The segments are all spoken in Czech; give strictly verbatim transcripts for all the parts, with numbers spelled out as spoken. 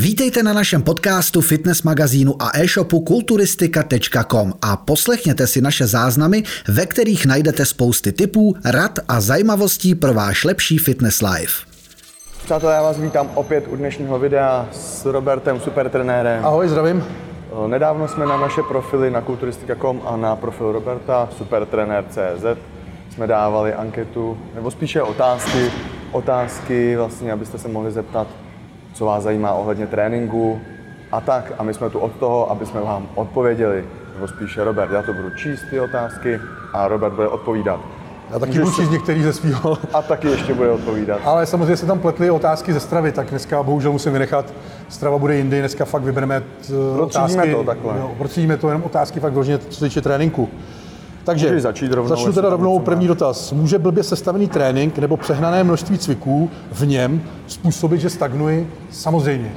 Vítejte na našem podcastu, fitness magazínu a e-shopu kulturistika tečka com a poslechněte si naše záznamy, ve kterých najdete spousty tipů, rad a zajímavostí pro váš lepší fitness life. Přátelé, já vás vítám opět u dnešního videa s Robertem, supertrenérem. Ahoj, zdravím. Nedávno jsme na naše profily na kulturistika tečka com a na profil Roberta, supertrenér tečka cé zet, jsme dávali anketu, nebo spíše otázky, otázky vlastně, abyste se mohli zeptat, co vás zajímá ohledně tréninku a tak. A my jsme tu od toho, aby jsme vám odpověděli, nebo spíše Robert, já to budu číst ty otázky a Robert bude odpovídat. Já taky budu číst některý ze svýho. A taky ještě bude odpovídat. Ale samozřejmě se tam pletly otázky ze stravy, tak dneska bohužel musím vynechat. Strava bude jindy, dneska fakt vybereme otázky. to takhle. Jo, procídíme to jenom otázky fakt vyloženě, co se týče tréninku. Takže začít rovnou, začnu teda rovnou první dotaz. Může blbě sestavený trénink nebo přehnané množství cviků v něm způsobit, že stagnuji? Samozřejmě.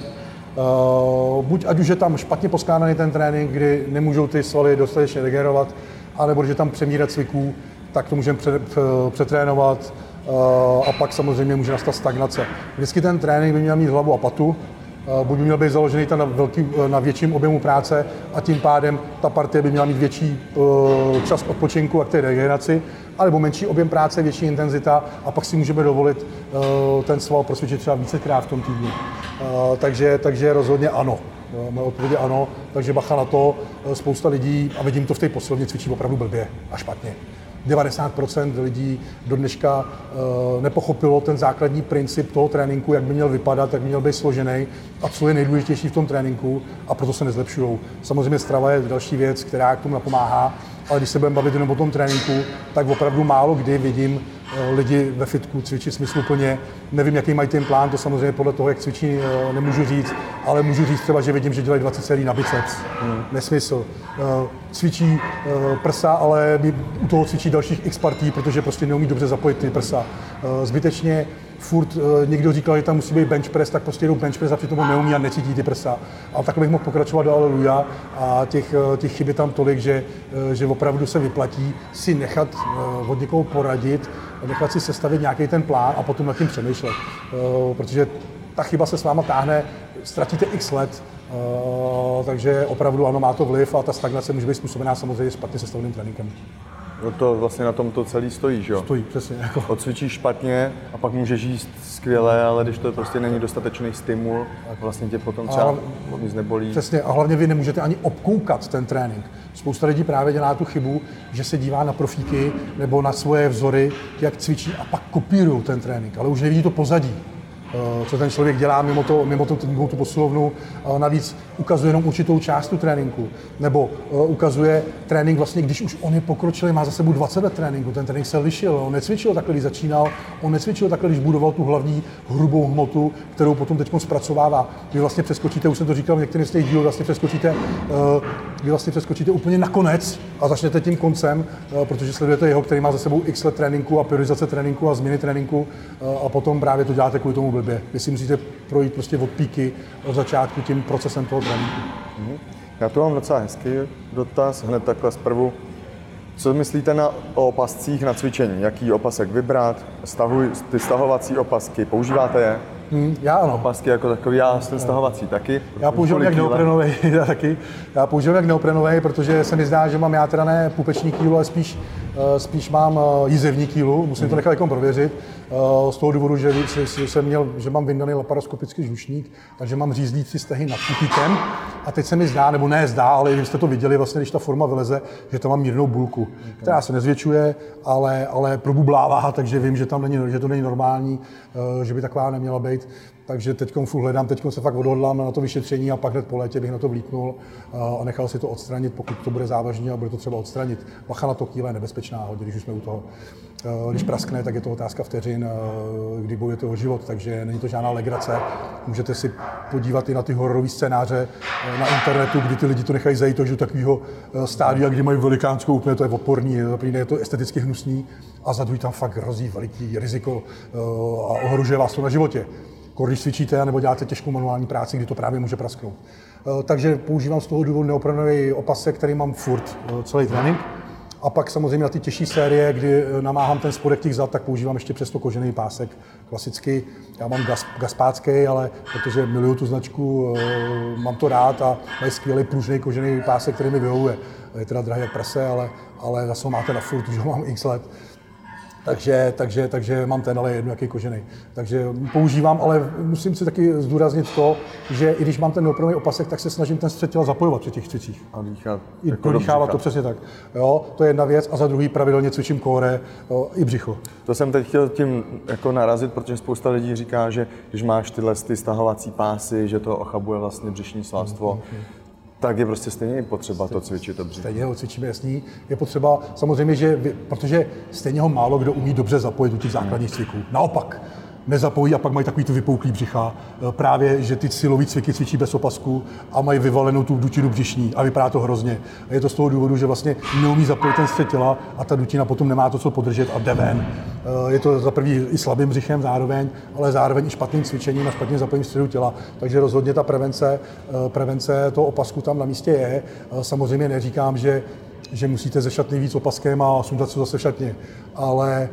Uh, buď ať už je tam špatně poskládaný ten trénink, kdy nemůžou ty svaly dostatečně regenerovat, anebo když je tam přemíra cviků, tak to můžeme přetrénovat uh, a pak samozřejmě může nastat stagnace. Vždycky ten trénink by měl mít hlavu a patu. Buď by měl být založený na, velký, na větším objemu práce a tím pádem ta partie by měla mít větší uh, čas odpočinku a k té regeneraci, alebo menší objem práce, větší intenzita a pak si můžeme dovolit uh, ten sval prosvičit třeba vícekrát v tom týdnu. Uh, takže, takže rozhodně ano. Uh, moje odpověď je ano, takže bacha na to. Uh, spousta lidí, a vidím to v té posilovně, cvičí opravdu blbě a špatně. devadesát procent lidí do dneška uh, nepochopilo ten základní princip toho tréninku, jak by měl vypadat, jak by měl být složený a co je nejdůležitější v tom tréninku a proto se nezlepšují. Samozřejmě strava je další věc, která k tomu napomáhá, ale když se budeme bavit jenom o tom tréninku, tak opravdu málo kdy vidím uh, lidi ve fitku cvičit smysluplně. Nevím, jaký mají ten plán, to samozřejmě podle toho, jak cvičí, uh, nemůžu říct, ale můžu říct třeba, že vidím, že dělají dvacet sérií na biceps. Hmm. Nesmysl. Uh, cvičí uh, prsa, ale u toho cvičí dalších x partí, protože prostě neumí dobře zapojit ty prsa. Uh, zbytečně furt uh, někdo říkal, že tam musí být bench press, tak prostě jdou bench press a přitom neumí a necítí ty prsa. Ale takhle bych mohl pokračovat do aleluja a těch, uh, těch chyb je tam tolik, že, uh, že opravdu se vyplatí si nechat uh, od někoho poradit, nechat si sestavit nějaký ten plán a potom nad tím přemýšlet. Uh, protože ta chyba se s váma táhne, ztratíte x let, uh, takže opravdu ano, má to vliv a ta stagnace může být způsobená samozřejmě špatně sestaveným tréninkem. No to vlastně na tom to celý stojí, že jo? Stojí, přesně. Jako. Odcvičíš špatně a pak můžeš jíst skvěle, ale když to prostě není dostatečný stimul, tak vlastně tě potom třeba nic nebolí. Přesně, a hlavně vy nemůžete ani obkoukat ten trénink. Spousta lidí právě dělá tu chybu, že se dívá na profíky nebo na svoje vzory, jak cvičí a pak kopírují ten trénink, ale už nevidí to pozadí, co ten člověk dělá mimo, to, mimo, to, mimo tu posilovnu. Navíc ukazuje jenom určitou část tu tréninku. Nebo uh, ukazuje trénink vlastně, když už on je pokročilý, má za sebou dvacet let tréninku, ten trénink se lišil, on necvičil takhle, když začínal, on necvičil takhle, když budoval tu hlavní hrubou hmotu, kterou potom teď zpracovává. Vy vlastně přeskočíte, už jsem to říkal v některých z těch dílů, vlastně přeskočíte, uh, vy vlastně přeskočíte úplně na konec a začnete tím koncem, uh, protože sledujete jeho, který má za sebou x let tréninku a priorizace tréninku a změny tréninku uh, a potom právě to děláte kvůli tomu blbě. Vy si musíte projít prostě od píky od začátku tím procesem toho tréninku. Mm-hmm. Já tu mám docela hezký dotaz, hned takhle zprvu. Co myslíte na, o opascích na cvičení? Jaký opasek vybrat? Stahuj, ty stahovací opasky, používáte je? Hmm, já ano. Opasky jako takový, já jsem stahovací taky. Já používám jak neoprenovej, já taky. Já používám jak neoprenovej, protože se mi zdá, že mám já teda ne pupeční kýlu, ale spíš, spíš mám jízevní kýlu, musím to nechat jako prověřit. Z toho důvodu, že jsem měl, že mám vyndaný laparoskopický žlučník, takže mám řízlící stehy nad putíkem. A teď se mi zdá, nebo ne zdá, ale když jste to viděli, vlastně, když ta forma vyleze, že tam mám mírnou bulku, která se nezvětšuje, ale, ale probublává, takže vím, že tam není, že to není normální, že by taková neměla být. Takže teď furt hledám, teď se fakt odhodlám na to vyšetření a pak hned po létě bych na to vlíknul a nechal si to odstranit, pokud to bude závažné a bude to třeba odstranit. Bacha na to, kýle je nebezpečná hodně, když už jsme u toho. Když praskne, tak je to otázka vteřin, kdy bojujete o život, takže není to žádná legrace. Můžete si podívat i na ty hororové scénáře na internetu, kdy ty lidi to nechají zajít do takového stádia, kdy mají velikánskou, úplně to je odporný, je to esteticky hnusný a za druhý tam fakt hrozí veliký riziko a ohrožuje vás to na životě. Když cvičíte nebo děláte těžkou manuální práci, kdy to právě může prasknout. Takže používám z toho důvodu neoprenový opasek, který mám furt celý trénink. A pak samozřejmě na ty těžší série, kdy namáhám ten spodek těch zad, tak používám ještě přesto kožený pásek. Klasicky, já mám gas, gaspácký, ale protože miluju tu značku, mám to rád a mají skvělý pružný kožený pásek, který mi vyhovuje. Je teda drahý jak prase, ale, ale zase ho máte na furt, už ho mám x let. Takže, takže, takže mám ten, ale jednu jaký kožený. Takže používám, ale musím si taky zdůraznit to, že i když mám ten neoprenový opasek, tak se snažím ten střed těla zapojovat při těch cvicích. A dýchat. I jako dodýchávat to přesně tak. Jo, to je jedna věc a za druhý pravidelně cvičím kóre jo, i břicho. To jsem teď chtěl tím jako narazit, protože spousta lidí říká, že když máš tyhle ty stahovací pásy, že to ochabuje vlastně břišní svalstvo. Mm, okay. Tak je prostě stejně potřeba to cvičit dobře. Stejně ho cvičíme, jasný. Je potřeba samozřejmě, že vy, protože stejně ho málo kdo umí dobře zapojit do těch základních cviků. Naopak, nezapojí a pak mají takový tu vypouklý břicha. Právě, že ty silový cviky cvičí bez opasku a mají vyvalenou tu dutinu břišní a vypadá to hrozně. A je to z toho důvodu, že vlastně neumí zapojit ten střed těla a ta dutina potom nemá to, co podržet a jde ven. Je to za první i slabým břichem zároveň, ale zároveň i špatným cvičením a špatným zapojením středu těla. Takže rozhodně ta prevence, prevence toho opasku tam na místě je. Samozřejmě neříkám, že že musíte ze šatny víc opaskem a sundat se zase v šatně. Ale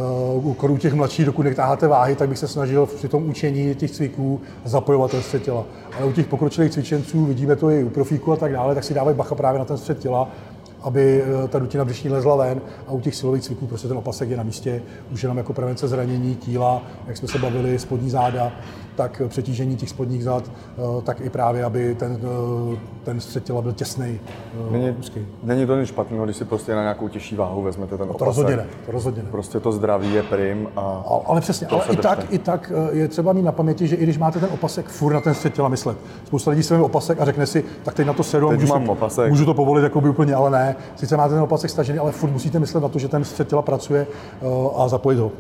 uh, u těch mladších, dokud netáháte váhy, tak bych se snažil při tom učení těch cviků zapojovat ten střed těla. Ale u těch pokročilých cvičenců, vidíme to i u profíků a tak dále, tak si dávají bacha právě na ten střed těla, aby ta dutina břišní lezla ven a u těch silových cviků prostě ten opasek je na místě, už jenom jako prevence zranění tíla, jak jsme se bavili, spodní záda, tak přetížení těch spodních zad, tak i právě, aby ten, ten střed těla byl těsnej. Není, není to nic špatného, když si prostě na nějakou těžší váhu vezmete ten opasek. To rozhodně ne, to rozhodně ne. Prostě to zdraví je prim a... a ale přesně, ale i tak, i tak je třeba mít na paměti, že i když máte ten opasek, furt na ten střed těla myslet. Spousta lidí si vezme opasek a řekne si, tak teď na to sedu a můžu, si, můžu to povolit jakoby úplně, ale ne. Sice máte ten opasek stažený, ale furt musíte myslet na to, že ten střed těla pracuje a zapojit ho.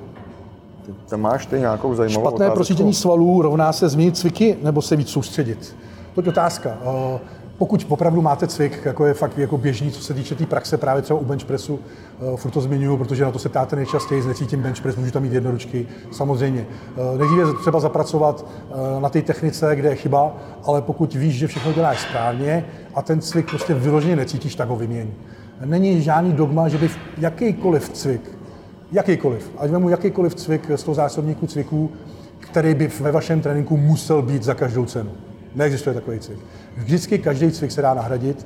Tam máš ty nějakou zajímavou Špatné otázku? procítění svalů rovná se změnit cviky nebo se víc soustředit? To je otázka. Pokud opravdu máte cvik, jako je fakt jako běžný, co se týče té tý praxe, právě třeba u bench pressu, furt to zmiňuju, protože na to se ptáte nejčastěji, necítím bench press, můžu tam mít jednoručky, samozřejmě. Nejdříve je třeba zapracovat na té technice, kde je chyba, ale pokud víš, že všechno děláš správně a ten cvik prostě vyloženě necítíš, tak ho vyměň. Není žádný dogma, že by jakýkoliv cvik, jakýkoliv, ať vemu jakýkoliv cvik z toho zásobníku cviků, který by ve vašem tréninku musel být za každou cenu. Neexistuje takový cvik. Vždycky každý cvik se dá nahradit.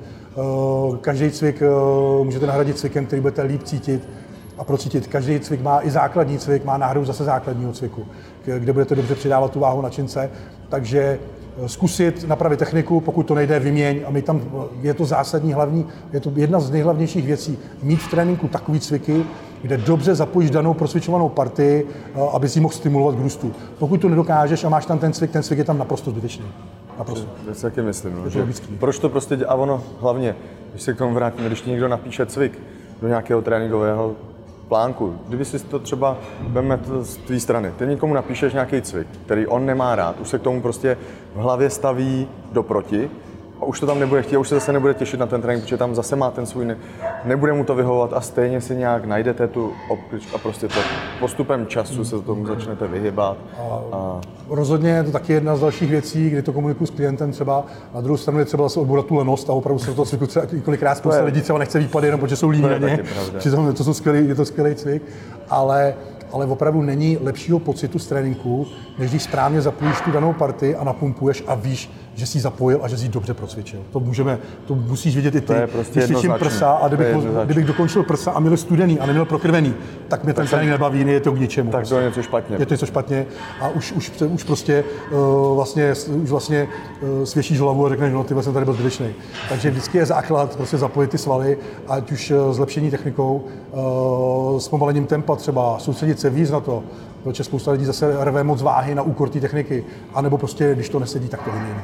Každý cvik můžete nahradit cvikem, který budete líp cítit a procítit. Každý cvik má i základní cvik, má náhradu zase základního cviku, kde budete dobře přidávat tu váhu na čince. Takže zkusit napravit techniku, pokud to nejde, vyměň a my tam, je to zásadní hlavní, je to jedna z nejhlavnějších věcí, mít v tréninku takový cviky, kde dobře zapojíš danou prosvičovanou partii, aby si mohl stimulovat k růstu. Pokud to nedokážeš a máš tam ten cvik, ten cvik je tam naprosto zbytečný. Naprosto. Já si taky myslím, no, že proč to prostě dělá, a ono hlavně, když se k tomu vrátíme, když ti někdo napíše cvik do nějakého tréninkového plánku, kdyby si to třeba, veme to z tvý strany, ty někomu napíšeš nějaký cvik, který on nemá rád, už se k tomu prostě v hlavě staví doproti a už to tam nebude chtít, už se zase nebude těšit na ten trénink, protože tam zase má ten svůj, ne, nebude mu to vyhovovat a stejně si nějak najdete tu obklič a prostě to postupem času se tomu začnete vyhybat. A... Rozhodně je to taky jedna z dalších věcí, kdy to komunikuju s klientem třeba, na druhou stranu je třeba zase odborat tu lenost a opravdu se do toho cviku třeba kolikrát spousta lidí třeba nechce výpady, jenom protože jsou líní na ně, to jsou skvělý, je to skvělý cvik, ale ale opravdu není lepšího pocitu z tréninku, než když správně zapojíš tu danou partii a napumpuješ a víš, že jsi ji zapojil a že jsi ji dobře procvičil. To můžeme, to musíš vidět i ty. Prostě když cvičím prsa a kdybych, kdybych dokončil prsa a měl studený a neměl prokrvený, tak mě ten trénink nebaví, je to k ničemu. Tak to je něco špatně. Je to něco špatně a už, už, už prostě uh, vlastně, už vlastně uh, svěšíš hlavu a řekneš, no ty jsem tady byl zbytečný. Takže vždycky je základ prostě zapojit ty svaly, ať už uh, zlepšení technikou, uh, s pomalením tempa třeba, soustředit se víc na to, protože spousta lidí zase rve moc váhy na úkor té techniky, anebo prostě, když to nesedí, tak to vymění.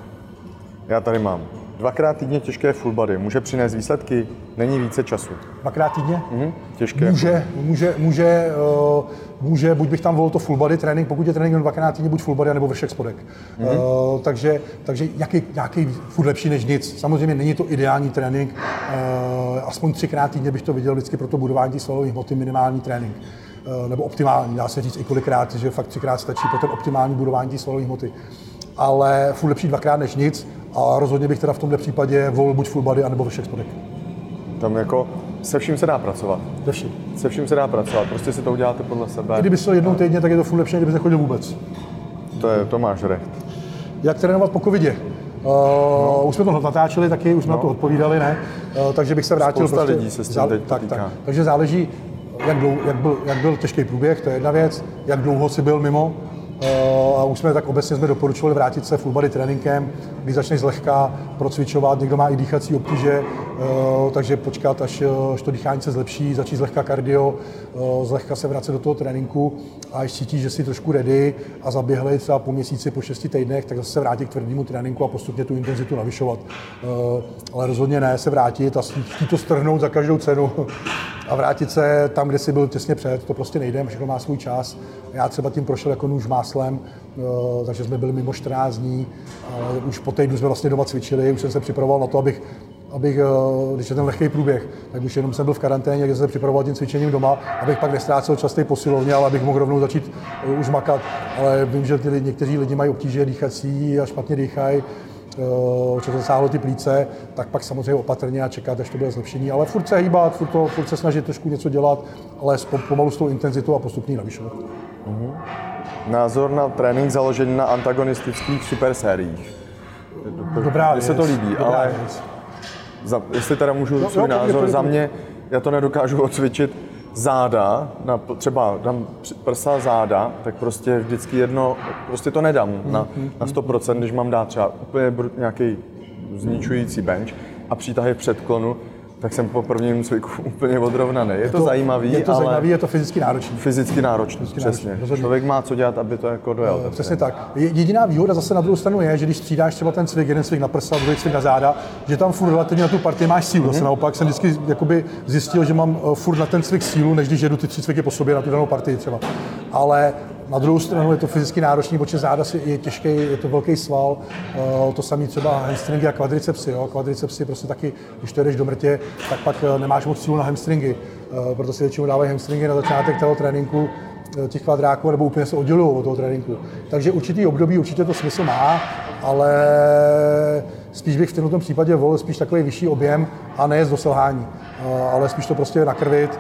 Já tady mám. Dvakrát týdně těžké full body. Může přinést výsledky? Není více času. Dvakrát týdně? Mhm, těžké. Může, může, může, uh, může, buď bych tam volil to full body trénink, pokud je trénink dvakrát týdně, buď full body, nebo vršek spodek. Mhm. Uh, takže takže jaký, nějaký furt lepší než nic. Samozřejmě není to ideální trénink. Uh, aspoň třikrát týdně bych to viděl vždycky pro to budování té svalové hmoty, minimální trénink. Uh, nebo optimální, dá se říct i kolikrát, že fakt třikrát stačí pro ten optimální budování té svalové hmoty. Ale furt lepší dvakrát než nic a rozhodně bych teda v tomhle případě volil buď full body, anebo vršek spodek. Tam jako Se vším se dá pracovat. Se vším. Se vším se dá pracovat, prostě si to uděláte podle sebe. I kdyby šel jednou týdně, tak je to furt lepší, kdyby nechodil vůbec. To, je, to máš recht. Jak trénovat po covidě? Uh, no. Už jsme to natáčeli taky, už jsme no. na to odpovídali, ne? Uh, takže bych se vrátil. Spousta prostě, lidí se s tím teď tak, potýká. tak. Takže záleží, jak, dlou, jak, byl, jak byl těžký průběh, to je jedna věc, jak dlouho si byl mimo. Uh, a už jsme tak obecně jsme doporučovali vrátit se full body tréninkem, kdy začneš zlehka procvičovat, někdo má i dýchací obtíže, uh, takže počkat, až, až to dýchání se zlepší, začít zlehka kardio, uh, zlehka se vracet do toho tréninku a až cítíš, že jsi trošku ready a zaběhli třeba po měsíci, po šesti týdnech, tak zase se vrátit k tvrdému tréninku a postupně tu intenzitu navyšovat. Uh, ale rozhodně ne se vrátit a chtít to strhnout za každou cenu a vrátit se tam, kde jsi byl těsně před, to prostě nejde, všechno má svůj čas. Já třeba tím prošel jako nůž máslem, takže jsme byli mimo čtrnáct dní, ale už po týdnu jsme vlastně doma cvičili, už jsem se připravoval na to, abych, abych když je ten lehký průběh, tak už jenom jsem byl v karanténě, kde jsem se připravoval tím cvičením doma, abych pak nestrácel čas té posilovně, ale abych mohl rovnou začít už makat. Ale vím, že ty, někteří lidi mají obtíže dýchací a špatně dýchají, co zasáhlo ty plíce, tak pak samozřejmě opatrně a čekat, až to bude zlepšení, ale furt se hýbat, furt, to, furt se snažit trošku něco dělat, ale pomalu s tou intenzitou a postupně navyšovat. Mm-hmm. Názor na trénink založený na antagonistických supersériích. Dobrá Mně se to líbí, dobrá ale věc. Za, jestli teda můžu no, svůj no, názor, to, za mě, já to nedokážu odcvičit záda, na, třeba dám prsa záda, tak prostě vždycky jedno, prostě to nedám mm, na, mm, na sto procent, když mám dát třeba úplně nějaký zničující bench a přítahy v předklonu, tak jsem po prvním cviku úplně odrovnaný. Je, je to, to zajímavý, je to ale zajímavý, je to fyzicky náročný. Fyzicky náročný, fyzicky přesně. Náročný. Člověk má co dělat, aby to jako dojel. Uh, přesně tak. Jediná výhoda zase na druhou stranu je, že když střídáš třeba ten cvik, jeden cvik na prsa, druhý cvik na záda, že tam furt relativně na tu partii máš sílu. Mm-hmm. Zase naopak jsem vždycky jakoby zjistil, že mám furt na ten cvik sílu, než když jedu ty tři cviky po sobě na tu danou partii třeba. Ale na druhou stranu je to fyzicky náročný, protože záda je těžký, je to velký sval, to samé třeba hamstringy a kvadricepsy. Jo? Kvadricepsy prostě taky, když to jedeš do mrtě, tak pak nemáš moc sílu na hamstringy. Proto si většinou dávají hamstringy na začátek toho tréninku těch kvadráků, nebo úplně se oddělují od toho tréninku. Takže určitý období určitě to smysl má, ale spíš bych v tomto případě volil spíš takový vyšší objem a nejezd do selhání. Ale spíš to prostě nakrvit,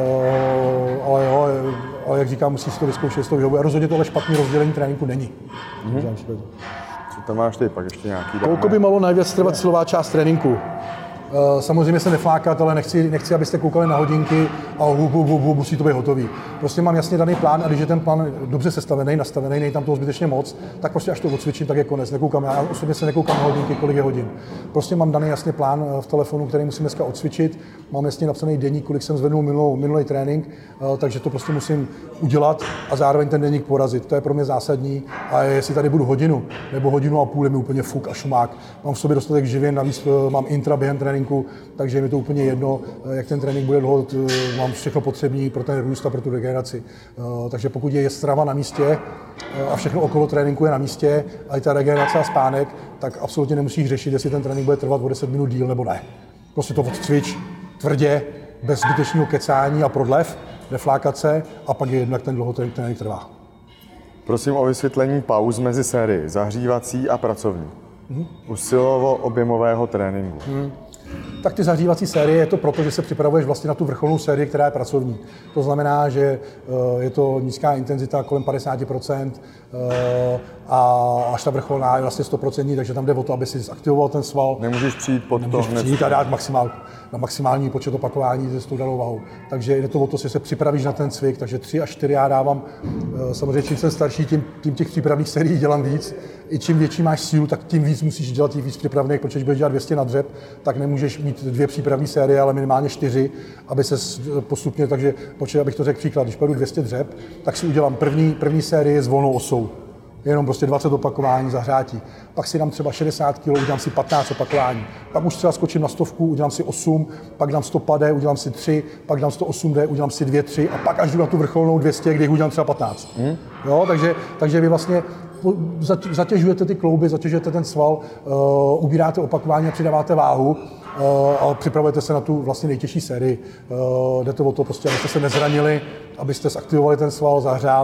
ale jo, ale jak říkám, musíš si to vyzkoušet, jestli to vyhovuje. Rozhodně tohle špatný rozdělení tréninku není. Mm-hmm. Co tam máš ty, pak ještě nějaký dáme? Kolko by malo najvíc trvat silová část tréninku? Samozřejmě se neflákat, ale nechci, nechci, abyste koukali na hodinky a hu, hu, hu, hu, musí to být hotový. Prostě mám jasně daný plán a když je ten plán dobře sestavený, nastavený, nejde tam toho zbytečně moc, tak prostě až to odsvičím, tak je konec. Nekoukám, já osobně se nekoukám na hodinky, kolik je hodin. Prostě mám daný jasně plán v telefonu, který musím dneska odsvičit. Mám jasně napsaný deník, kolik jsem zvednul minulou, minulý trénink, takže to prostě musím udělat a zároveň ten deník porazit. To je pro mě zásadní. A jestli tady budu hodinu nebo hodinu a půl, je mi úplně fuk a šumák. Mám v sobě dostatek živin, navíc mám intra během tréninku, takže je mi to úplně jedno, jak ten trénink bude dlouho, mám všechno potřebné pro ten růst a pro tu regeneraci. Takže pokud je strava na místě a všechno okolo tréninku je na místě a i ta regenerace a spánek, tak absolutně nemusíš řešit, jestli ten trénink bude trvat o deset minut díl nebo ne. Prostě to odcvič tvrdě, bez zbytečného kecání a prodlev, neflákat se a pak je jedno, jak ten dlouho trénink trvá. Prosím o vysvětlení pauz mezi sérii zahřívací a pracovní. Mm-hmm. U silovo-objemového tréninku. Mm. Tak ty zahřívací série je to proto, že se připravuješ vlastně na tu vrcholnou sérii, která je pracovní. To znamená, že je to nízká intenzita kolem padesát procent a až ta vrcholná je vlastně sto procent, takže tam jde o to, aby si zaktivoval ten sval. Nemůžeš přijít pod Nemůžeš to hned. přijít a dát maximál, na maximální počet opakování s tou danou vahou. Takže je to o to, že se připravíš na ten cvik, takže tři až čtyři já dávám. Samozřejmě čím jsem starší, tím, tím těch přípravných sérií dělám víc. I čím větší máš sílu, tak tím víc musíš dělat těch víc přípravných, protože když budeš dělat dvě stě na dřep, tak nemůžeš mít dvě přípravné série, ale minimálně čtyři, aby se postupně, takže počkej, abych to řekl příklad, když pojedu dvě stě dřep, tak si udělám první, první sérii s volnou osou. Jenom prostě dvacet opakování zahřátí. Pak si dám třeba šedesát kilo, udělám si patnáct opakování. Pak už třeba skočím na stovku, udělám si osm, pak dám sto pade, udělám si tři, pak dám sto osm dé, udělám si dvě, tři a pak až jdu na tu vrcholnou dvě stě, kde jich udělám třeba patnáct. Hmm. Jo, takže, takže vy vlastně zatěžujete ty klouby, zatěžujete ten sval, uh, ubíráte opakování a přidáváte váhu uh, a připravujete se na tu vlastně nejtěžší sérii. Uh, jde to o to prostě, abyste se nezranili, abyste zaktivovali ten sval, zahřáli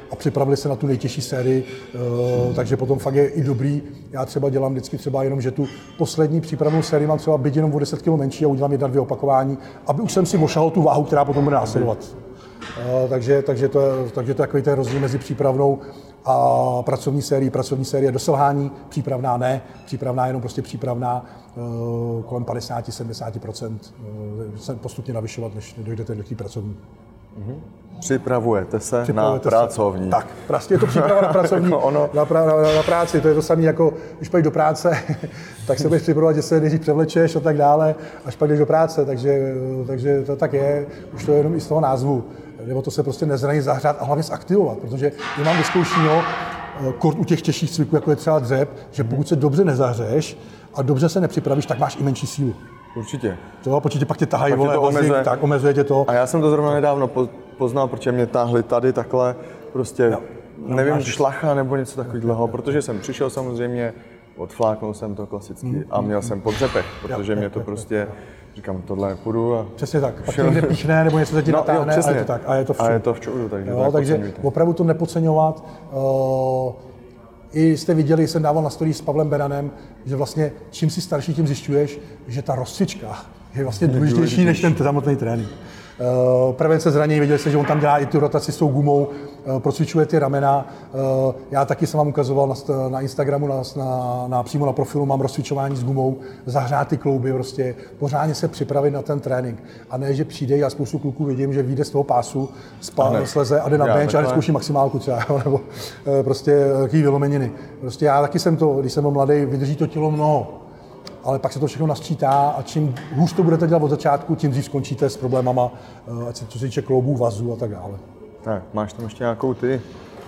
a připravili se na tu nejtěžší sérii, takže potom fakt je i dobrý. Já třeba dělám vždycky třeba jenom, že tu poslední přípravnou sérii mám třeba byť jenom o deset kilo menší a udělám jedna, dvě opakování, aby už jsem si ošahal tu váhu, která potom bude následovat. Takže, takže, to je, takže to je takový ten rozdíl mezi přípravnou a pracovní sérií. Pracovní série do selhání, přípravná ne, přípravná jenom prostě přípravná, kolem padesát až sedmdesát procent se postupně navyšovat, než dojdete do té pracovní. Mm-hmm. Připravujete se Připravujete na pracovní. Se. Tak, prostě je to příprava na pracovní, ono... na, pra, na, na práci, to je to samé jako, když půjdeš do práce, tak se budeš připravovat, že se nejdřív převlečeš a tak dále, až pak jdeš do práce, takže, takže to tak je, už to je jenom i z toho názvu. Nebo to se prostě nezraní zahřát a hlavně zaktivovat, protože já mám vyzkoušeno kort u těch těžších cviků, jako je třeba dřep, že pokud se dobře nezahřeš a dobře se nepřipravíš, tak máš i menší sílu. Určitě. To určitě pak tě tahají, vole, to omezuje. Tak omezuje tě to. A já jsem to zrovna nedávno poznal, protože mě táhli tady takhle, prostě, jo, nevím, máš... šlacha nebo něco takového, protože jsem přišel samozřejmě, odfláknul jsem to klasicky mm, a měl mm, jsem po dřepech, protože jo, mě to jo, prostě... Jo. Říkám, tohle půjdu a... Přesně tak, pak někde píchne nebo něco se ti no, natáhne jo, a je to tak. A je to v čudu. A je to v čudu, takže jo, takže opravdu to nepodceňovat. Uh, I jste viděli, jsem dával na story s Pavlem Beranem, že vlastně čím si starší, tím zjišťuješ, že ta rozcvička je vlastně důležitější než ten samotný trénink. Uh, prevence zranění, viděli jste, že on tam dělá i tu rotaci s tou gumou, uh, procvičuje ty ramena. Uh, já taky jsem vám ukazoval na, na Instagramu, na, na, na, přímo na profilu mám rozcvičování s gumou, zahřát ty klouby, prostě pořádně se připravit na ten trénink. A ne, že přijde, já spoustu kluků vidím, že vyjde z toho pásu, spa, sleze a jde na bench a zkouší maximálku třeba, nebo uh, prostě takový vylomeniny. Prostě já taky jsem to, když jsem byl mladý, vydrží to tělo mnoho. Ale pak se to všechno nasčítá a čím hůř to budete dělat od začátku, tím dřív skončíte s problémama, ať se co se týče kloubů, vazů a tak dále. Tak, máš tam ještě nějakou ty?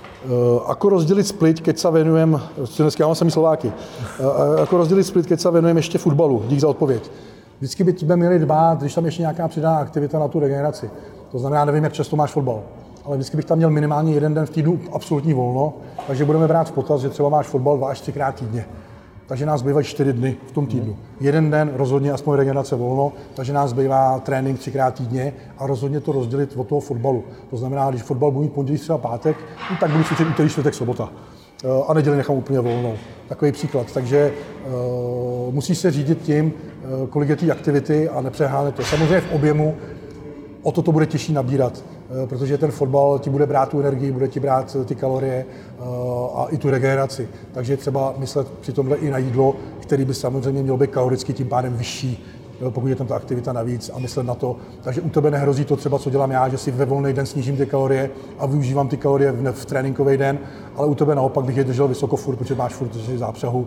Ako rozdělit split, keď sa venujem, dneska mám sami Slováky, ako rozdělit split, keď sa venujem ještě fotbalu, dík za odpověď. Vždycky by tím měli dbát, když tam ještě nějaká přidaná aktivita na tu regeneraci. To znamená, nevím, jak často máš fotbal, ale vždycky bych tam měl minimálně jeden den v týdnu absolutní volno, takže budeme brát v potaz, že třeba máš fotbal dva až třikrát týdně. Takže nás zbývají čtyři dny v tom týdnu. Jeden den rozhodně aspoň regenerace volno, takže nás zbývá trénink třikrát týdně a rozhodně to rozdělit od toho fotbalu. To znamená, když fotbal budu mít pondělí, třeba pátek, no, tak budu cvičit úterý, čtvrtek, sobota. A neděli nechám úplně volnou. Takový příklad. Takže uh, musíš se řídit tím, uh, kolik je té aktivity a nepřehánět to. Samozřejmě v objemu o to to bude těžší nabírat, protože ten fotbal ti bude brát tu energii, bude ti brát ty kalorie a i tu regeneraci. Takže třeba myslet při tomhle i na jídlo, který by samozřejmě mělo být kaloricky tím pádem vyšší, pokud je tam ta aktivita navíc a myslet na to. Takže u tebe nehrozí to třeba, co dělám já, že si ve volný den snížím ty kalorie a využívám ty kalorie v, v tréninkový den, ale u tebe naopak bych je držel vysoko furt, protože máš furt zápřehu.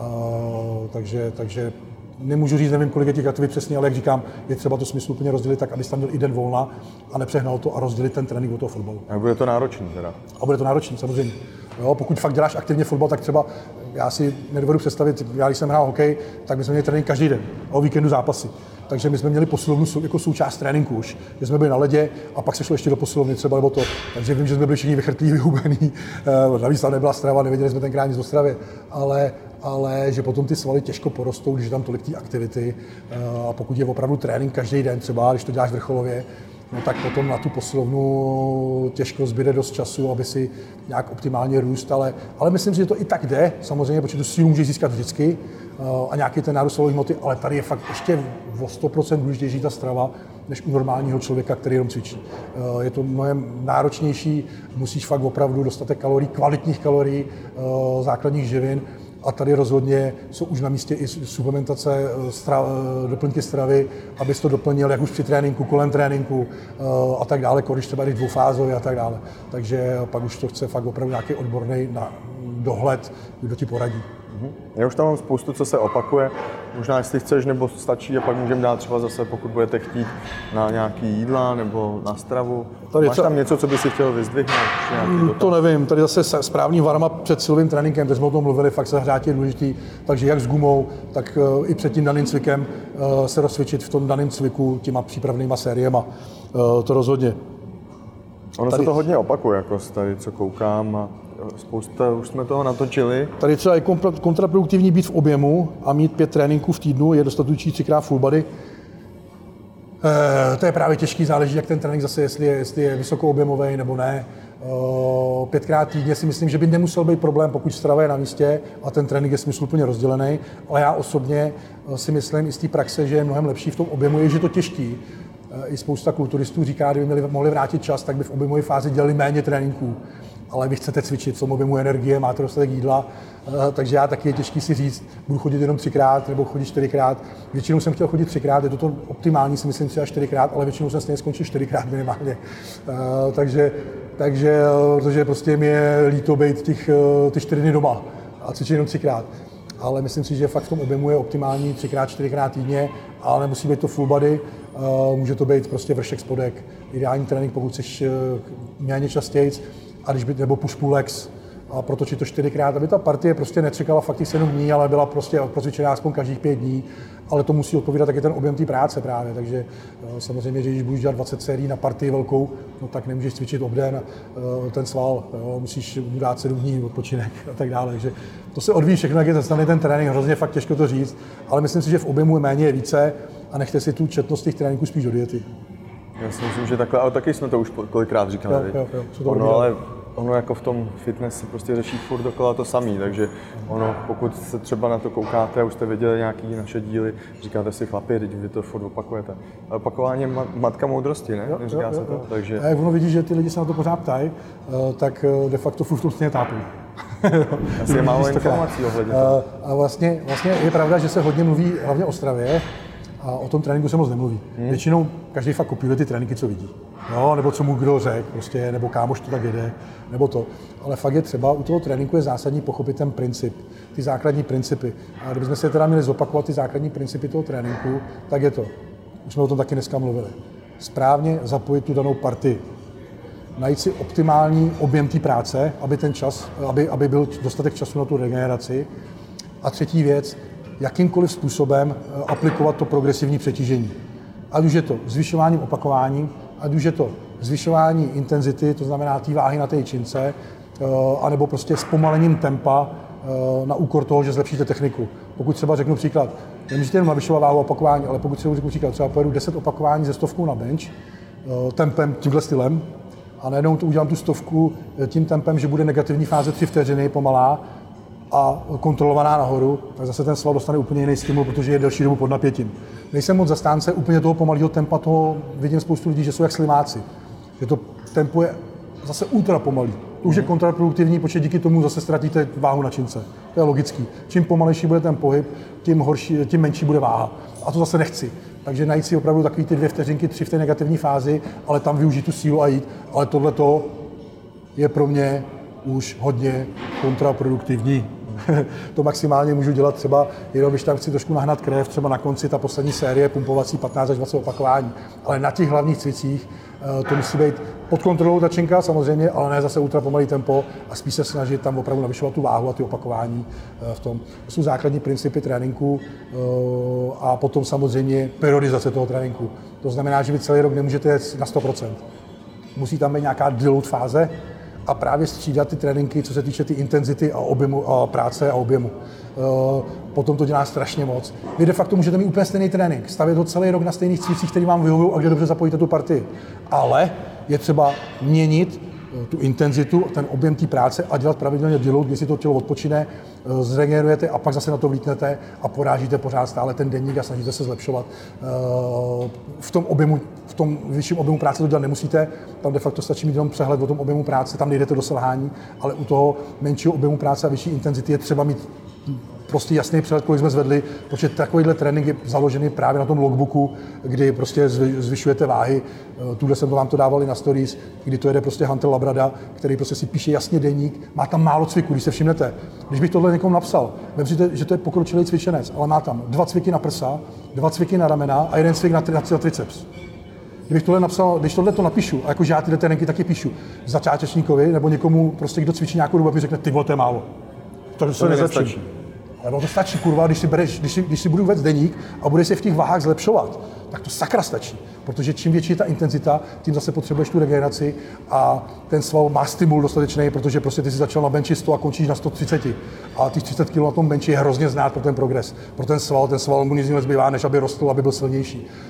Takže, takže nemůžu říct, nevím, kolik je těch aktivit přesně, ale jak říkám, je třeba to smysluplně rozdělit tak, abys tam měl i den volna a nepřehnal to a rozdělit ten trénink od toho fotbalu. A bude to náročný teda? A bude to náročný, samozřejmě. Jo, pokud fakt děláš aktivně fotbal, tak třeba já si nedovedu představit, já když jsem hrál hokej, tak my jsme měli trénink každý den, o víkendu zápasy. Takže my jsme měli posilovnu jako součást tréninku už, že jsme byli na ledě a pak se šlo ještě do posilovny třeba nebo to. Takže vím, že jsme byli všichni vychrtlí, vyhubený, navíc tam nebyla strava, nevěděli jsme tenkrát nic o stravě, ale, ale že potom ty svaly těžko porostou, když je tam tolik té aktivity a pokud je opravdu trénink každý den třeba, když to děláš vrcholově, no tak potom na tu posilovnu těžko zbyde dost času, aby si nějak optimálně růst, ale, ale myslím si, že to i tak jde, samozřejmě, protože tu sílu můžeš získat vždycky a nějaký ten nárůst svalových hmoty, ale tady je fakt ještě o sto procent důležitější ta strava, než u normálního člověka, který jenom cvičí. Je to mnohem náročnější, musíš fakt opravdu dostatek kalorií, kvalitních kalorií, základních živin. A tady rozhodně jsou už na místě i suplementace, stra, doplňky stravy, abys to doplnil jak už při tréninku, kolem tréninku a tak dále, když třeba i dvoufázově a tak dále. Takže pak už to chce fakt opravdu nějaký odborný dohled, kdo ti poradí. Já už tam mám spoustu, co se opakuje. Možná, jestli chceš, nebo stačí, a pak můžeme dát třeba zase, pokud budete chtít, na nějaký jídla nebo na stravu. Tady Máš co... tam něco, co by si chtěl vyzdvihnout? To nevím, tady zase správný varma před silovým tréninkem, teď jsme o tom mluvili, fakt se hřát je důležitý, takže jak s gumou, tak i před tím daným cvikem se rozcvičit v tom daném cviku těma přípravnýma sériema, to rozhodně. Ono tady... se to hodně opakuje, jako tady, co koukám. A... Spousta, už jsme toho natočili. Tady třeba je kontraproduktivní být v objemu a mít pět tréninků v týdnu, je dostačující třikrát full body. E, to je právě těžký, záleží, jak ten trénink zase, jestli je, jestli je vysokoobjemový nebo ne. E, pětkrát týdně si myslím, že by nemusel být problém, pokud strava je na místě a ten trénink je smysluplně rozdělený, ale já osobně si myslím i z té praxe, že je mnohem lepší v tom objemu, je, že to těžký. E, I spousta kulturistů říká, kdyby měli, mohli vrátit čas, tak by v objemové fázi dělali méně tréninků. Ale vy chcete cvičit, v tom objemu energie, máte dostatek jídla, takže já taky je těžký si říct, budu chodit jenom třikrát nebo chodit čtyřikrát. Většinou jsem chtěl chodit třikrát, je to to optimální, si myslím si až čtyřikrát, ale většinou jsem stejně skončil čtyřikrát minimálně. Takže, takže protože prostě mi je líto být těch, ty čtyři dny doma a cvičit jenom třikrát. Ale myslím si, že fakt v tom objemu je optimální třikrát, čtyřikrát týdně, ale nemusí být to full body, může to být prostě vršek spodek. Ideální trénink, pokud chceš méně častěji, a když by, nebo push pull legs a protočit to čtyřikrát, aby ta partie prostě nečekala fakt těch sedm dní, ale byla prostě procvičená aspoň každých pět dní, ale to musí odpovídat taky ten objem té práce právě, takže samozřejmě, že když budeš dělat dvacet sérií na partii velkou, no tak nemůžeš cvičit obden ten sval, jo, musíš mu dát sedm dní odpočinek a tak dále, takže to se odvíjí všechno, jak je zastavený ten trénink, hrozně fakt těžko to říct, ale myslím si, že v objemu je méně je více a nechte si tu četnost těch tréninků spíš do diety. Já si myslím, že takhle, ale taky jsme to už kolikrát říkali. Jo, jo, jo, to ono, ale ono jako v tom fitness se prostě řeší furt dokola to samý, takže ono, pokud se třeba na to koukáte a už jste viděli nějaký naše díly, říkáte si chlapi, teď vy to furt opakujete. Ale opakování je matka moudrosti, ne? Jo, Říká jo, se jo, to, jo. takže... A jak ono vidí, že ty lidi se na to pořád ptají, tak de facto furt to stejně tápují. Asi je málo informací ohledně toho. A vlastně, vlastně je pravda, že se hodně mluví hlavně o stravě, a o tom tréninku se moc nemluví. Hmm. Většinou každý fakt kopíruje ty tréninky, co vidí. Jo, nebo co mu kdo řekl, prostě, nebo kámoš to tak jede, nebo to. Ale fakt je třeba, u toho tréninku je zásadní pochopit ten princip, ty základní principy. A kdybychom se teda měli zopakovat ty základní principy toho tréninku, tak je to. Už jsme o tom taky dneska mluvili. Správně zapojit tu danou partii. Najít si optimální objem té práce, aby ten čas, aby, aby byl dostatek času na tu regeneraci. A třetí věc, jakýmkoliv způsobem aplikovat to progresivní přetížení. Ať už je to zvyšováním opakování, ať už je to zvyšování intenzity, to znamená té váhy na té čince, anebo prostě zpomalením tempa na úkor toho, že zlepšíte techniku. Pokud třeba řeknu příklad, nemůžete jenom navyšovat váhu opakování, ale pokud třeba řeknu příklad, třeba pojedu deset opakování ze stovkou na bench, tempem, tímhle stylem, a najednou to udělám tu stovku tím tempem, že bude negativní fáze tři vteřiny pomalá, a kontrolovaná nahoru, tak zase ten sval dostane úplně jiný stimul, protože je delší dobu pod napětím. Nejsem moc zastánce úplně toho pomalého tempa, toho vidím spoustu lidí, že jsou jak slimáci. Že to tempo je zase ultra pomalý. To už je kontraproduktivní, protože díky tomu zase ztratíte váhu na čince. To je logický. Čím pomalejší bude ten pohyb, tím, horší, tím menší bude váha. A to zase nechci. Takže najít si opravdu takový ty dvě vteřinky, tři v té negativní fázi, ale tam využít tu sílu a jít. Ale tohleto je pro mě už hodně kontraproduktivní. To maximálně můžu dělat třeba, jenom když tam chci trošku nahnat krev, třeba na konci ta poslední série pumpovací patnáct až dvacet opakování. Ale na těch hlavních cvicích to musí být pod kontrolou ta činka samozřejmě, ale ne zase ultra pomalý tempo a spíš se snažit tam opravdu navyšovat tu váhu a ty opakování v tom. To jsou základní principy tréninku a potom samozřejmě periodizace toho tréninku. To znamená, že vy celý rok nemůžete jet na sto procent. Musí tam být nějaká deload fáze, a právě střídat ty tréninky, co se týče ty intenzity a objemu a práce a objemu. Potom to dělá strašně moc. Vy de facto můžete mít úplně stejný trénink, stavět ho celý rok na stejných cvicích, který vám vyhovují a kde dobře zapojíte tu partii. Ale je třeba měnit tu intenzitu, ten objem té práce a dělat pravidelně deload, kdy si to tělo odpočine, zregenerujete a pak zase na to vlítnete a porážíte pořád stále ten deník a snažíte se zlepšovat. V tom objemu, v tom vyšším objemu práce to dělat nemusíte, tam de facto stačí mít jenom přehled o tom objemu práce, tam nejdete do selhání, ale u toho menšího objemu práce a vyšší intenzity je třeba mít prostě jasný přehled, kolik jsme zvedli, protože takovýhle trénink je založený právě na tom logbooku, kdy prostě zvyšujete váhy. Tuhle jsem to vám to dával i na stories, kdy to jede prostě Hunter Labrada, který prostě si píše jasně deník, má tam málo cviků, když se všimnete. Když bych tohle někomu napsal, vemte, že to je pokročilý cvičenec, ale má tam dva cviky na prsa, dva cviky na ramena a jeden cvik na, tri, na triceps. Kdybych tohle napsal, když tohle to napíšu, a jakože já tyhle tréninky taky píšu, začátečníkovi nebo někomu, prostě, kdo cvičí nějakou dobu, a řekne, ty vole, to je málo. To se nezlepší. Ale to stačí, kurva, když si, bereš, když si, když si budu vést deník a budeš se v těch váhách zlepšovat, tak to sakra stačí. Protože čím větší je ta intenzita, tím zase potřebuješ tu regeneraci a ten sval má stimul dostatečný, protože prostě ty si začal na benchi sto a končíš na sto třicet. A těch třicet kilo na tom benchi je hrozně znát pro ten progres. Pro ten sval, ten sval mu nic nezbývá, než aby rostl, aby byl silnější.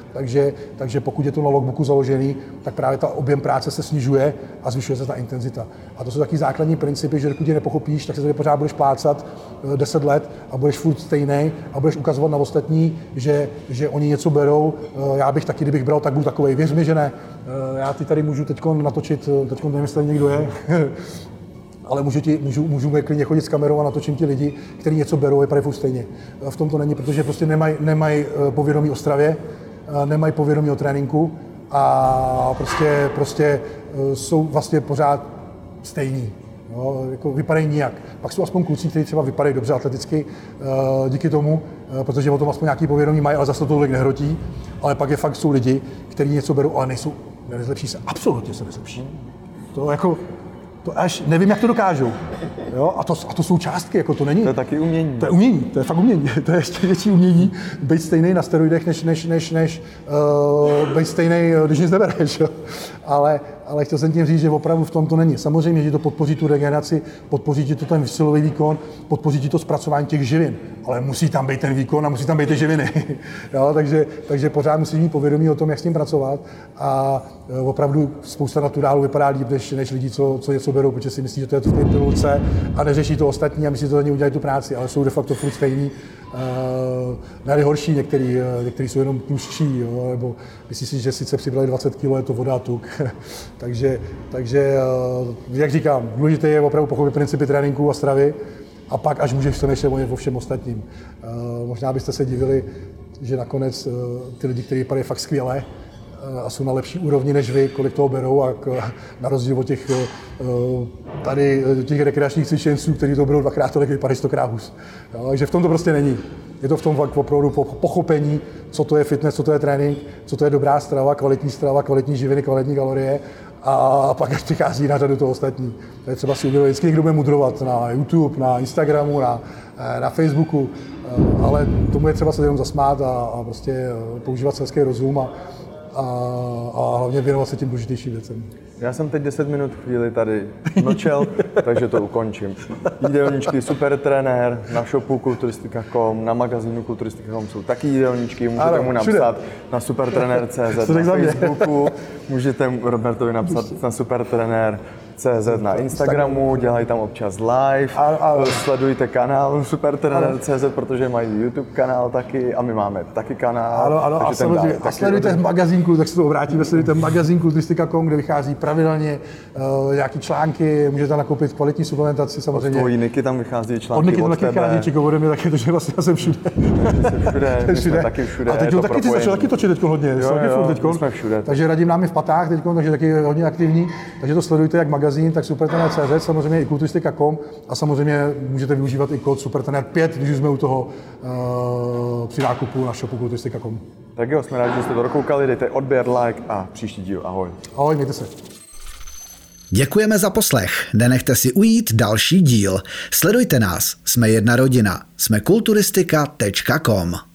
Takže, takže pokud je to na logbooku založený, tak právě ta objem práce se snižuje a zvyšuje se ta intenzita. A to jsou taky základní principy, že dokud je nepochopíš, tak se tady pořád budeš plácat deset let a budeš furt stejný a budeš ukazovat na ostatní, že, že oni něco berou. Já bych taky, kdybych bral, tak budu takovej. Věř mi, že ne. Já ty tady můžu teď natočit, teď nevím, jestli někdo je, ale můžu, ti, můžu, můžu klidně chodit s kamerou a natočím ti lidi, kteří něco berou, vypadají furt stejně. V tom to není, protože prostě nemají nemaj povědomí o stravě, nemají povědomí o tréninku a prostě, prostě jsou vlastně pořád stejní. No, jako vypadají nijak. Pak jsou aspoň kluci, kteří třeba vypadají dobře atleticky díky tomu, protože o tom aspoň nějaký povědomí mají, ale zase to tolik nehrotí. Ale pak je fakt jsou lidi, kteří něco berou, ale nejsou, nezlepší se, absolutně se nezlepší. To jako, to až nevím, jak to dokážou. Jo? A, to, a to jsou částky, jako to není. To je taky umění. To je umění, to je fakt umění. To je ještě větší umění být stejný na steroidech, než, než, než, než uh, být stejný, když nic nebereš. Jo? Ale, ale chtěl jsem tím říct, že opravdu v tom to není. Samozřejmě, že to podpoří tu regeneraci, podpoří ti to ten silový výkon, podpoří ti to zpracování těch živin. Ale musí tam být ten výkon a musí tam být ty živiny. Jo? Takže, takže pořád musíš mít povědomí o tom, jak s tím pracovat. A opravdu spousta naturálů vypadá líp, než, než lidi, co, co něco berou, protože si myslí, že to je to v té pilulce a neřeší to ostatní a myslí, že to za ně udělají tu práci, ale jsou de facto furt stejný. Uh, nejhorší, některý, některý jsou jenom tlušší, jo, nebo myslí si, že sice přibrali dvacet kilo, je to voda a tuk. takže, takže uh, jak říkám, důležité je opravdu pochopit principy tréninku a stravy a pak až můžeš přemýšlet o všem ostatním. Uh, možná byste se divili, že nakonec uh, ty lidi, kteří vypadají fakt skvěle a jsou na lepší úrovni než vy, kolik toho berou a na rozdíl od těch tady těch rekreačních cvičenců, kteří to berou dvakrát tolik, vypadají stokrát hůř. Takže v tom to prostě není. Je to v tom opravdu pochopení, co to je fitness, co to je trénink, co to je dobrá strava, kvalitní strava, kvalitní živiny, kvalitní kalorie a pak až přichází na řadu to ostatní. To je třeba si uvědomit, vždycky někdo bude mudrovat na YouTube, na Instagramu, na, na Facebooku, ale tomu je třeba se jenom zasmát a, a prostě používat selský rozum a A, a hlavně věnovat se tím důležitějším věcem. Já jsem teď deset minut chvíli tady mlčel, takže to ukončím. Jídelníčky Super Trenér, na shopu kulturistika tečka com, na magazínu kulturistika tečka com jsou taky jídelníčky, můžete ano, mu napsat všude. Na supertrenér tečka cé zet na Facebooku, můžete Robertovi napsat na supertrenér tečka cé zet na Instagramu, dělají tam občas live, a, a, sledujte kanál Supertrenér tečka cé zet, protože mají YouTube kanál taky a my máme taky kanál. Ano, ano, a, samozřejmě, a sledujte magazínku, tak se to obrátíme, sledujte magazín kulturistika tečka com, kde vychází pravidelně uh, nějaký články, můžete nakoupit kvalitní suplementaci samozřejmě. Od tvojí Niky tam vychází články od Niky od tebe. Vychází, Čiko, ode mě taky, takže vlastně já jsem všude. všude, my jsme taky všude. A teď taky ty začal taky točit teď hodně, jo, taky jo, furt teďko. Jsme všude. Takže radím nám je v patách teď, takže taky hodně aktivní, takže to sledujte jak magazín, tak Supertrenér tečka cé zet, samozřejmě i kulturistika tečka com a samozřejmě můžete využívat i kód Supertrenér pět, když už jsme u toho uh, při nákupu na shopu kulturistika tečka com. Tak jo, jsme rádi, že jste to dokoukali, dejte odběr, like a příští díl. Ahoj. Ahoj, mějte se. Děkujeme za poslech. Nenechte si ujít další díl. Sledujte nás. Jsme jedna rodina. Jsme kulturistika tečka com.